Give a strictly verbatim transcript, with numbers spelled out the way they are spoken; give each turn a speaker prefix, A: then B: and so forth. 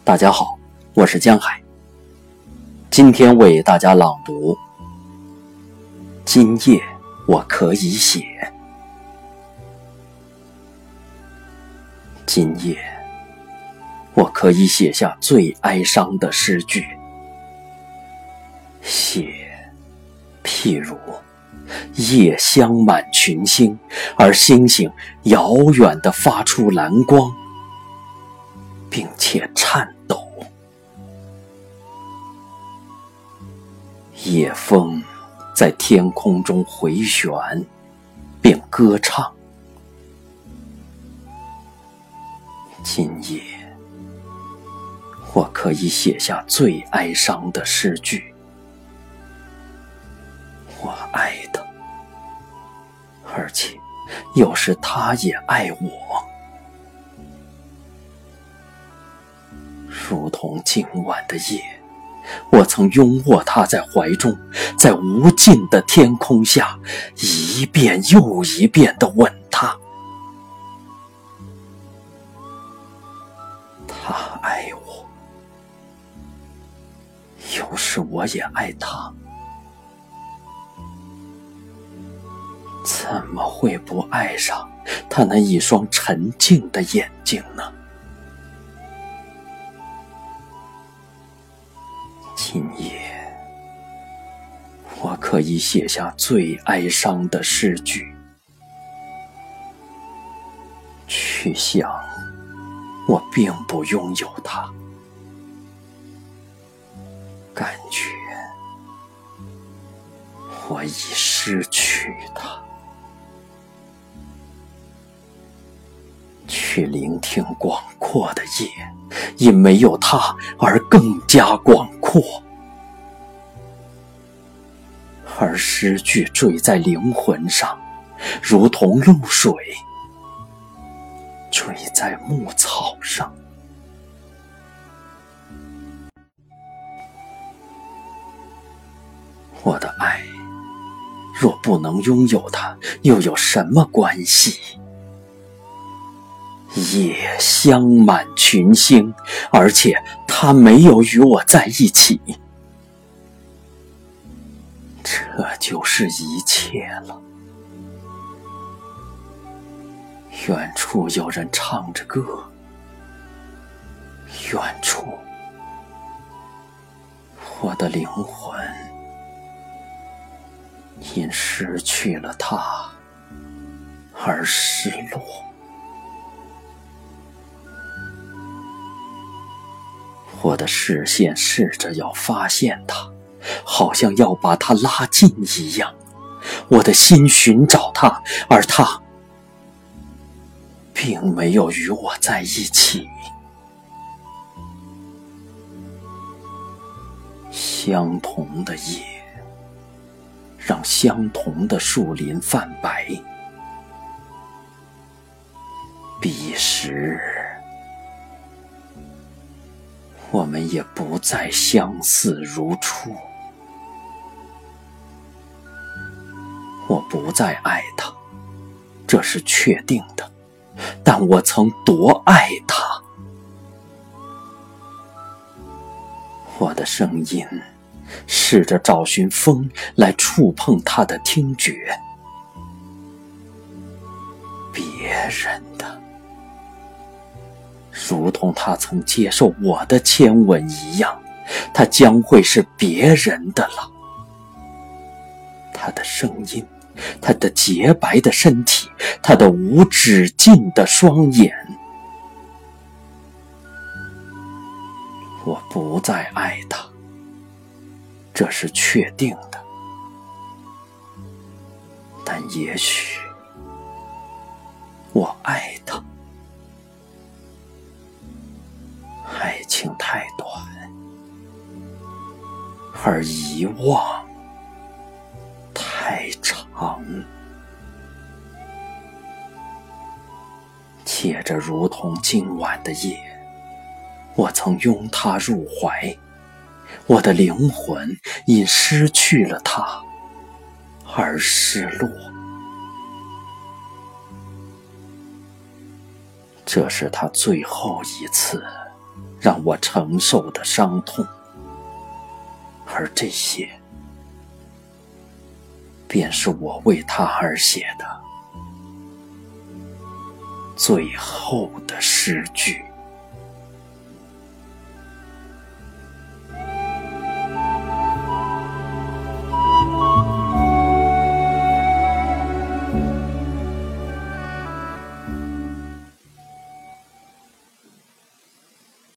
A: 大家好，我是江海，今天为大家朗读今夜我可以写。今夜我可以写下最哀伤的诗句，写譬如夜香满群星，而星星遥远地发出蓝光，并且颤抖。夜风在天空中回旋并歌唱。今夜我可以写下最哀伤的诗句，我爱他，而且有时他也爱我，如同今晚的夜，我曾拥握他在怀中，在无尽的天空下一遍又一遍地吻他。他爱我，有时我也爱他，怎么会不爱上他那一双沉静的眼睛呢？今夜我可以写下最哀伤的诗句，去想我并不拥有它，感觉我已失去它，去聆听广阔的夜，因没有它而更加广阔，而诗句坠在灵魂上，如同露水坠在牧草上。我的爱若不能拥有它，又有什么关系？夜香满群星，而且它没有与我在一起，这就是一切了。远处有人唱着歌，远处我的灵魂因失去了他而失落。我的视线试着要发现他，好像要把他拉近一样，我的心寻找他，而他并没有与我在一起。相同的夜让相同的树林泛白，彼时我们也不再相似如初。我不再爱他，这是确定的，但我曾多爱他。我的声音试着找寻风来触碰他的听觉，别人的，如同他曾接受我的牵吻一样，他将会是别人的了。他的声音，他的洁白的身体，他的无止境的双眼。我不再爱他，这是确定的，但也许我爱他。爱情太短，而遗忘太长。接着如同今晚的夜，我曾拥他入怀，我的灵魂因失去了他而失落。这是他最后一次让我承受的伤痛，而这些便是我为他而写的最后的诗句。